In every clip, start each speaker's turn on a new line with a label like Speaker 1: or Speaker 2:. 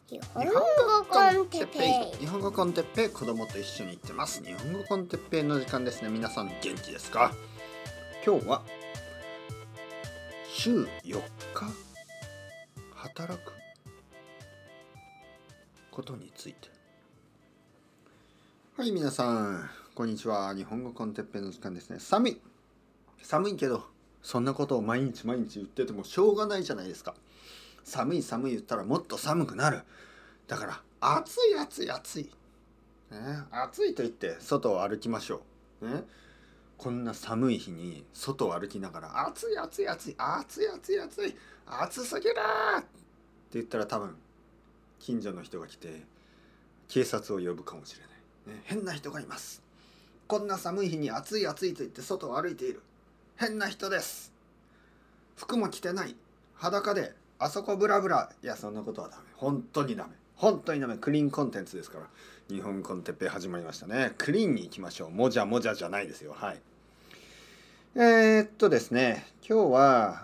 Speaker 1: 日本語コンテッペイ。
Speaker 2: 日本語コンテッペイ、子供と一緒に行ってます。日本語コンテッペイの時間ですね。皆さん元気ですか？今日は週4日働くことについて。はい、皆さんこんにちは。日本語コンテッペイの時間ですね。寒いけど、そんなことを毎日言っててもしょうがないじゃないですか。寒い言ったらもっと寒くなる。だから暑い、ね、暑いと言って外を歩きましょう、ね、こんな寒い日に外を歩きながら暑い暑すぎるって言ったら多分近所の人が来て警察を呼ぶかもしれない、ね、変な人がいます。こんな寒い日に暑いと言って外を歩いている変な人です。服も着てない裸であそこブラブラ。いや、そんなことはダメ。本当にダメ。クリーンコンテンツですから。日本コンテッペイ始まりましたね。クリーンに行きましょう。もじゃじゃないですよ。はい。ですね、今日は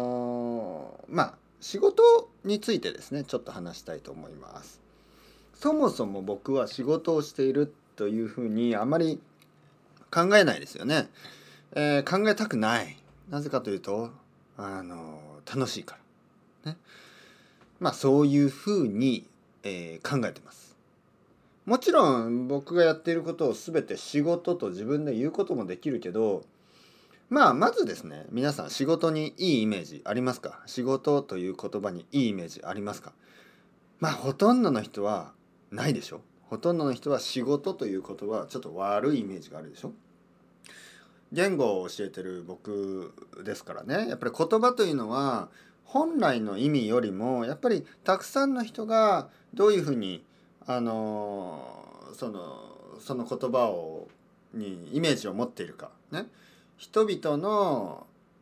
Speaker 2: 仕事についてですね、ちょっと話したいと思います。そもそも僕は仕事をしているというふうにあまり考えないですよね。考えたくない。なぜかというと楽しいから。そういうふうに、考えてます。もちろん僕がやっていることを全て仕事と自分で言うこともできるけど、まずですね、皆さん仕事にいいイメージありますか？仕事という言葉にいいイメージありますか？ほとんどの人はないでしょ。ほとんどの人は仕事という言葉はちょっと悪いイメージがあるでしょ。言語を教えてる僕ですからね、やっぱり言葉というのは本来の意味よりもやっぱりたくさんの人がどういうふうにその言葉にイメージを持っているかね。人々の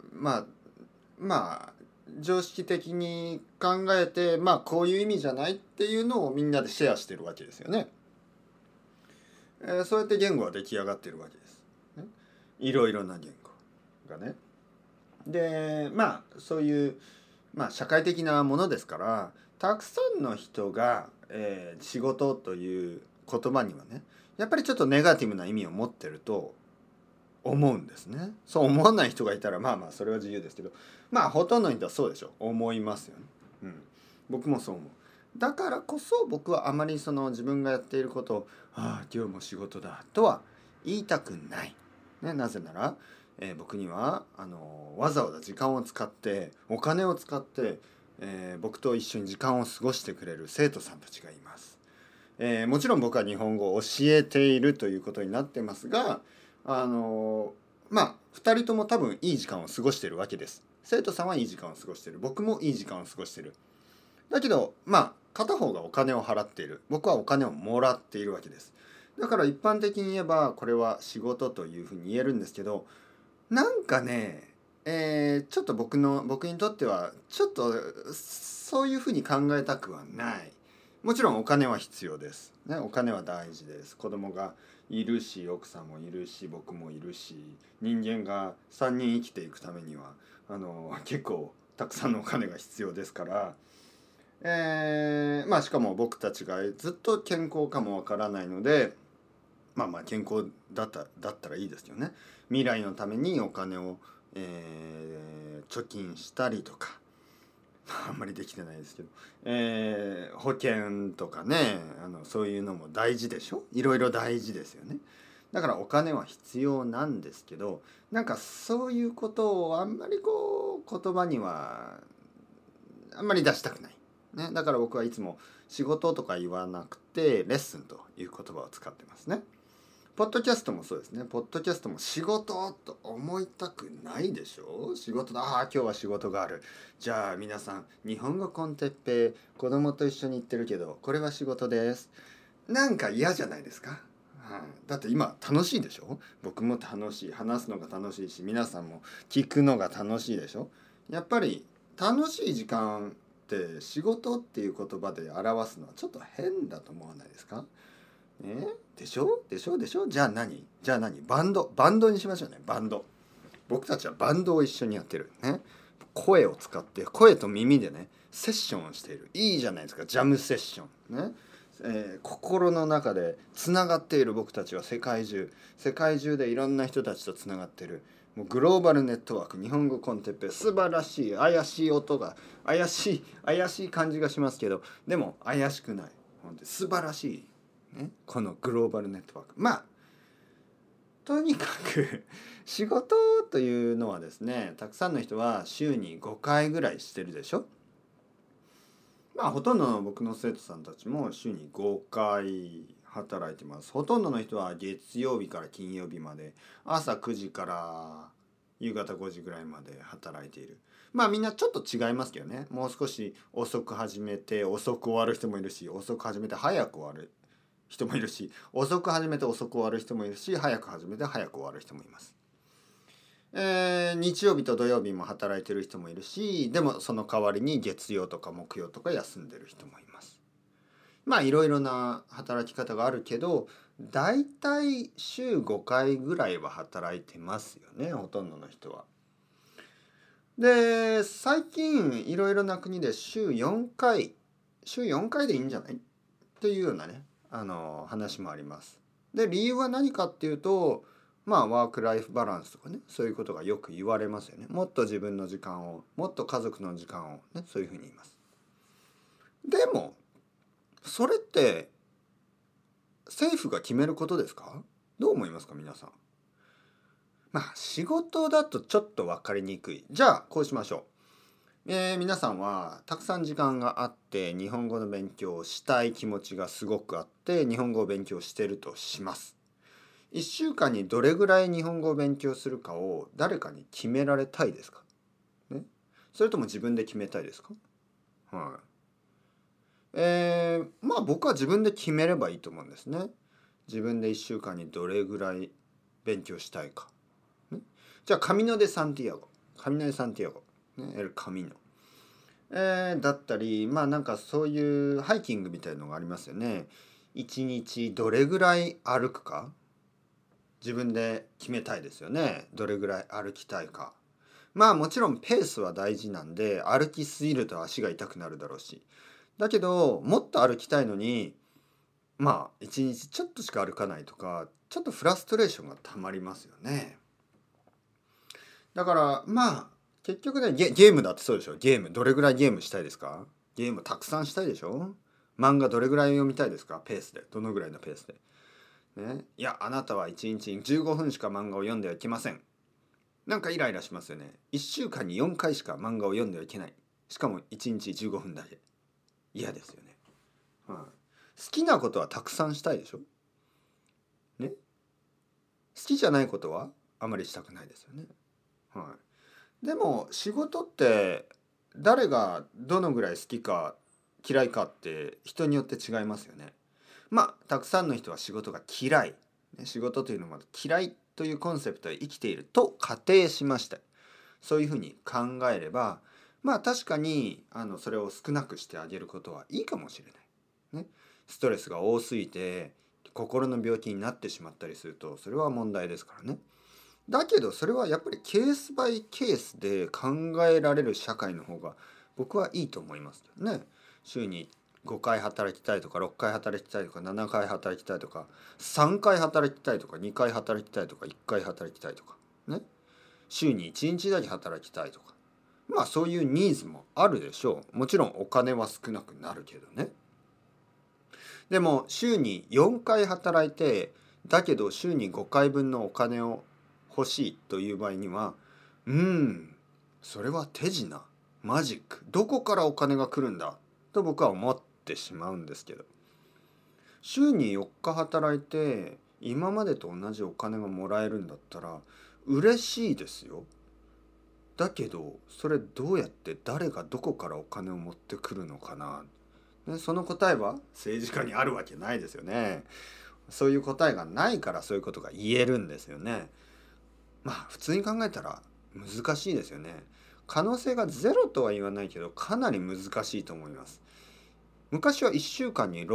Speaker 2: 常識的に考えてこういう意味じゃないっていうのをみんなでシェアしてるわけですよね。そうやって言語は出来上がっているわけです、ね。いろいろな言語がね。でそういう社会的なものですから、たくさんの人が、仕事という言葉にはね、やっぱりちょっとネガティブな意味を持ってると思うんですね。そう思わない人がいたらそれは自由ですけど、ほとんどの人はそうでしょ。思いますよね。僕もそう思う。だからこそ僕はあまり自分がやっていることを今日も仕事だとは言いたくない、ね、なぜなら僕にはわざわざ時間を使ってお金を使って、僕と一緒に時間を過ごしてくれる生徒さんたちがいます。もちろん僕は日本語を教えているということになってますが、2人とも多分いい時間を過ごしているわけです。生徒さんはいい時間を過ごしている。僕もいい時間を過ごしている。だけど片方がお金を払っている。僕はお金をもらっているわけです。だから一般的に言えばこれは仕事というふうに言えるんですけど、なんかね、ちょっと僕にとってはちょっとそういうふうに考えたくはない。もちろんお金は必要です、ね、お金は大事です。子供がいるし、奥さんもいるし、僕もいるし、人間が3人生きていくためには結構たくさんのお金が必要ですから、しかも僕たちがずっと健康かもわからないので、健康だったらいいですよね。未来のためにお金を、貯金したりとかあんまりできてないですけど、保険とかね、そういうのも大事でしょ。いろいろ大事ですよね。だからお金は必要なんですけど、そういうことをあんまり言葉にはあんまり出したくない、ね。だから僕はいつも仕事とか言わなくてレッスンという言葉を使ってますね。ポッドキャストもそうですね。ポッドキャストも仕事と思いたくないでしょ。仕事だ。今日は仕事がある。じゃあ皆さん、日本語コンテッペイ、子供と一緒に行ってるけど、これは仕事です。嫌じゃないですか。だって今楽しいでしょ。僕も楽しい。話すのが楽しいし、皆さんも聞くのが楽しいでしょ。やっぱり楽しい時間って仕事っていう言葉で表すのはちょっと変だと思わないですか？でしょ。じゃあ何バンドにしましょうね。バンド。僕たちはバンドを一緒にやってるね。声を使って、声と耳でね、 セッションをしている。いいじゃないですか、ジャムセッションね。心の中でつながっている。僕たちは世界中でいろんな人たちとつながっている。もうグローバルネットワーク、日本語コンテッペイ、素晴らしい。怪しい音が怪しい感じがしますけど、でも怪しくない。本当に素晴らしい、ね、このグローバルネットワーク。まあとにかく仕事というのはですね、たくさんの人は週に5回ぐらいしてるでしょ。まあほとんどの僕の生徒さんたちも週に5回働いてます。ほとんどの人は月曜日から金曜日まで、朝9時から夕方5時ぐらいまで働いている。まあみんなちょっと違いますけどね。もう少し遅く始めて遅く終わる人もいるし、遅く始めて早く終わる人もいるし、遅く始めて遅く終わる人もいるし、早く始めて早く終わる人もいます。日曜日と土曜日も働いてる人もいるし、でもその代わりに月曜とか木曜とか休んでる人もいます。まあいろいろな働き方があるけど、だいたい週5回ぐらいは働いてますよね、ほとんどの人は。で、最近いろいろな国で週4回でいいんじゃないっていうようなね、話もあります。で、理由は何かっていうと、まあワークライフバランスとかね、そういうことがよく言われますよね。もっと自分の時間を、もっと家族の時間をね、そういうふうに言います。でもそれって政府が決めることですか？どう思いますか皆さん。まあ仕事だとちょっと分かりにくい。じゃあこうしましょう。皆さんはたくさん時間があって日本語の勉強をしたい気持ちがすごくあって日本語を勉強してるとします。1週間にどれぐらい日本語を勉強するかを誰かに決められたいですか、ね、それとも自分で決めたいですか？はい。まあ僕は自分で決めればいいと思うんですね。自分で1週間にどれぐらい勉強したいか。ね、じゃあカミノ・デ・サンティアゴ。ね、エル・カミノ。だったり、まあなんかそういうハイキングみたいのがありますよね。1日どれぐらい歩くか。自分で決めたいですよね。どれぐらい歩きたいか。まあもちろんペースは大事なんで歩きすぎると足が痛くなるだろうし。だけどもっと歩きたいのにまあ一日ちょっとしか歩かないとかちょっとフラストレーションがたまりますよね。だからまあ結局ねゲームだってそうでしょ。ゲームどれぐらいゲームしたいですか？ゲームたくさんしたいでしょ。漫画どれぐらい読みたいですか？ペースでどのぐらいのペースでね。いやあなたは1日15分しか漫画を読んではいけません。なんかイライラしますよね。1週間に4回しか漫画を読んではいけない。しかも1日15分だけ。嫌ですよね。好きなことはたくさんしたいでしょ。ね。好きじゃないことはあまりしたくないですよね。でも仕事って誰がどのぐらい好きか嫌いかって人によって違いますよね。まあたくさんの人は仕事が嫌い。仕事というのは嫌いというコンセプトで生きていると仮定しました。そういうふうに考えればまあ確かにそれを少なくしてあげることはいいかもしれない。ね、ストレスが多すぎて心の病気になってしまったりするとそれは問題ですからね。だけどそれはやっぱりケースバイケースで考えられる社会の方が僕はいいと思いますね。週に5回働きたいとか6回働きたいとか7回働きたいとか3回働きたいとか2回働きたいとか1回働きたいとかね。週に1日だけ働きたいとかまあそういうニーズもあるでしょう。もちろんお金は少なくなるけどね。でも週に4回働いてだけど週に5回分のお金を欲しいという場合にはそれは手品マジックどこからお金が来るんだと僕は思ってしまうんですけど、週に4日働いて今までと同じお金がもらえるんだったら嬉しいですよ。だけどそれどうやって誰がどこからお金を持ってくるのかな、ね、その答えは政治家にあるわけないですよね。そういう答えがないからそういうことが言えるんですよね。まあ普通に考えたら難しいですよね。可能性がゼロとは言わないけどかなり難しいと思います。昔は1週間に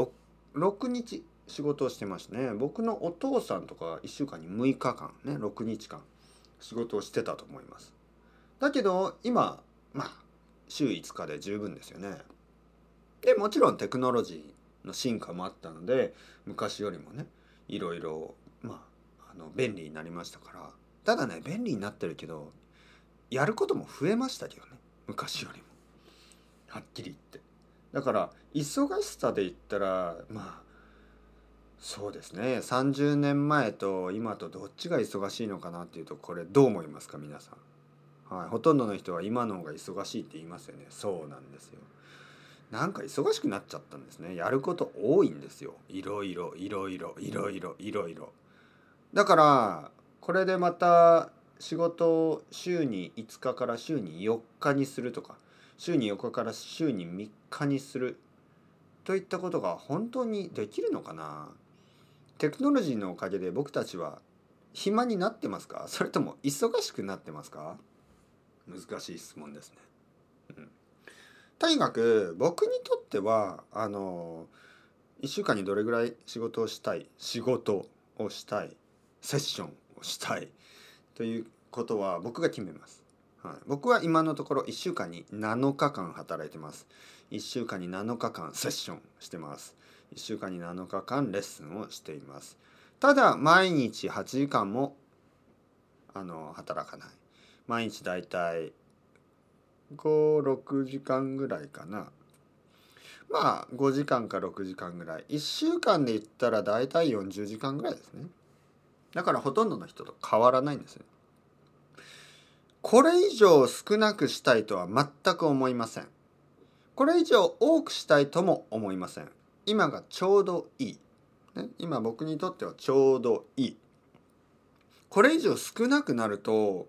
Speaker 2: 6日仕事をしてましたね。僕のお父さんとか1週間に6日間ね6日間仕事をしてたと思います。だけど今まあ週5日で十分ですよね。でもちろんテクノロジーの進化もあったので昔よりもねいろいろ便利になりましたから。ただね便利になってるけどやることも増えましたけどね昔よりもはっきり言って。だから忙しさで言ったらそうですね30年前と今とどっちが忙しいのかなっていうとこれどう思いますか皆さん。はい、ほとんどの人は今の方が忙しいって言いますよね。そうなんですよ。なんか忙しくなっちゃったんですね。やること多いんですよ。いろいろ。だからこれでまた仕事を週に5日から週に4日にするとか週に4日から週に3日にするといったことが本当にできるのかな。テクノロジーのおかげで僕たちは暇になってますか、それとも忙しくなってますか。難しい質問ですね。とにかく僕にとっては1週間にどれぐらい仕事をしたいセッションをしたいということは僕が決めます。はい、僕は今のところ1週間に7日間働いてます。1週間に7日間セッションしてます。1週間に7日間レッスンをしています。ただ毎日8時間も働かない。毎日だいたい5、6時間ぐらいかな。5時間か6時間ぐらい。1週間で言ったらだいたい40時間ぐらいですね。だからほとんどの人と変わらないんですよ。これ以上少なくしたいとは全く思いません。これ以上多くしたいとも思いません。今がちょうどいい。今僕にとってはちょうどいい。これ以上少なくなると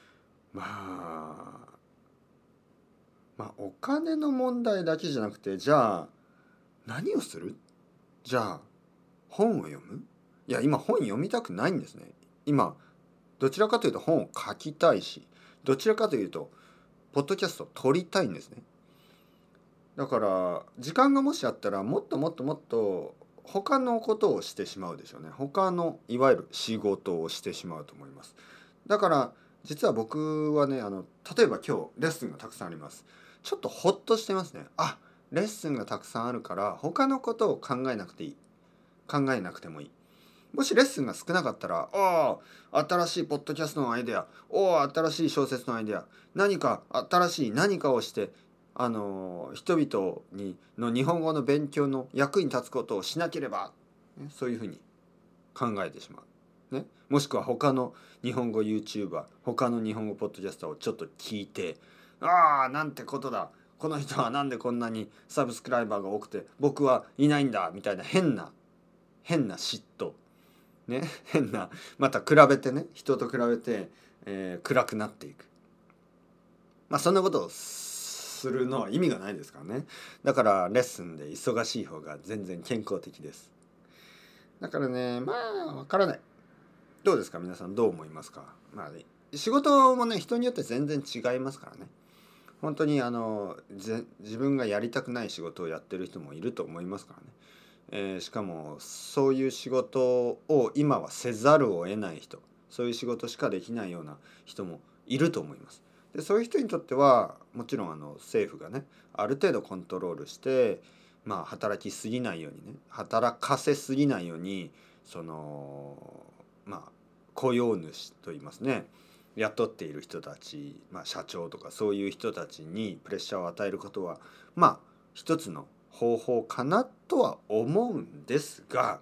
Speaker 2: お金の問題だけじゃなくて、じゃあ何をする？じゃあ本を読む？いや今本読みたくないんですね。今どちらかというと本を書きたいし、どちらかというとポッドキャストを撮りたいんですね。だから時間がもしあったらもっと他のことをしてしまうでしょうね。他のいわゆる仕事をしてしまうと思います。だから実は僕はね例えば今日レッスンがたくさんあります。ちょっとホッとしてますね。レッスンがたくさんあるから他のことを考えなくてもいい。もしレッスンが少なかったら新しいポッドキャストのアイデア、新しい小説のアイデア、新しい何かをして人々の日本語の勉強の役に立つことをしなければ、そういうふうに考えてしまう、もしくは他の日本語 YouTuber、他の日本語ポッドキャスターをちょっと聞いて、なんてことだ、この人はなんでこんなにサブスクライバーが多くて僕はいないんだみたいな変な嫉妬また比べてね、人と比べて、暗くなっていく。そんなことをするのは意味がないですからね。だからレッスンで忙しい方が全然健康的です。だからねわからない。どうですか皆さん、どう思いますか。仕事もね人によって全然違いますからね。本当に自分がやりたくない仕事をやってる人もいると思いますからね。しかもそういう仕事を今はせざるを得ない人、そういう仕事しかできないような人もいると思います。でそういう人にとってはもちろん政府がねある程度コントロールして働きすぎないようにね、働かせすぎないように雇用主といいますね、雇っている人たち、社長とかそういう人たちにプレッシャーを与えることは一つの方法かなとは思うんですが、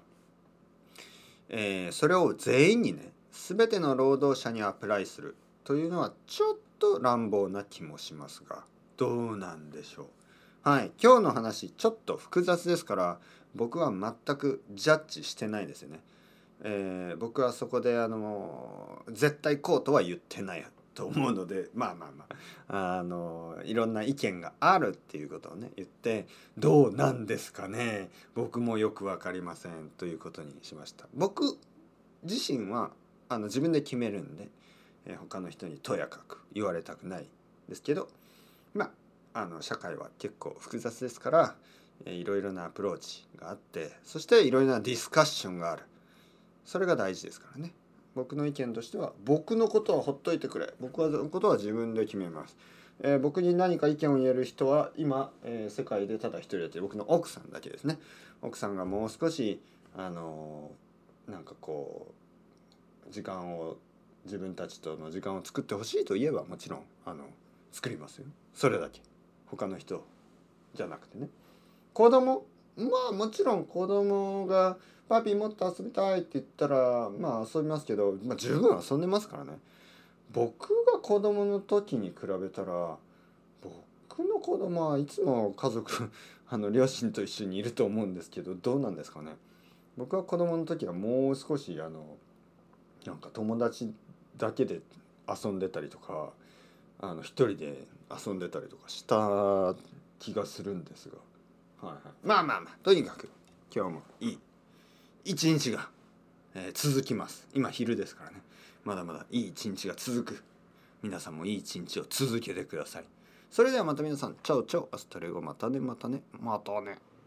Speaker 2: それを全員にね全ての労働者にアプライするというのはちょっと乱暴な気もしますが、どうなんでしょう。今日の話ちょっと複雑ですから僕は全くジャッジしてないですよね。僕はそこで絶対こうとは言ってないと思うので、いろんな意見があるっていうことをね言って、どうなんですかね、僕もよく分かりませんということにしました。僕自身は自分で決めるんで、他の人にとやかく言われたくないですけど、社会は結構複雑ですから、いろいろなアプローチがあって、そしていろいろなディスカッションがある。それが大事ですからね。僕の意見としては僕のことはほっといてくれ、僕のことは自分で決めます。 僕に何か意見を言える人は今、世界でただ一人だという僕の奥さんだけですね。奥さんがもう少しなんかこう自分たちとの時間を作ってほしいと言えばもちろん作りますよ。それだけ。他の人じゃなくてね。子供、まあもちろん子供がパピーもっと遊びたいって言ったらまあ遊びますけど、十分遊んでますからね。僕が子供の時に比べたら僕の子供はいつも家族両親と一緒にいると思うんですけど、どうなんですかね。僕は子供の時はもう少しなんか友達だけで遊んでたりとか一人で遊んでたりとかした気がするんですが、まあとにかく今日もいい一日が、続きます。今昼ですからね。まだまだいい一日が続く。皆さんもいい一日を続けてください。それではまた皆さん、チャオチャオ、アスタレゴ、またね。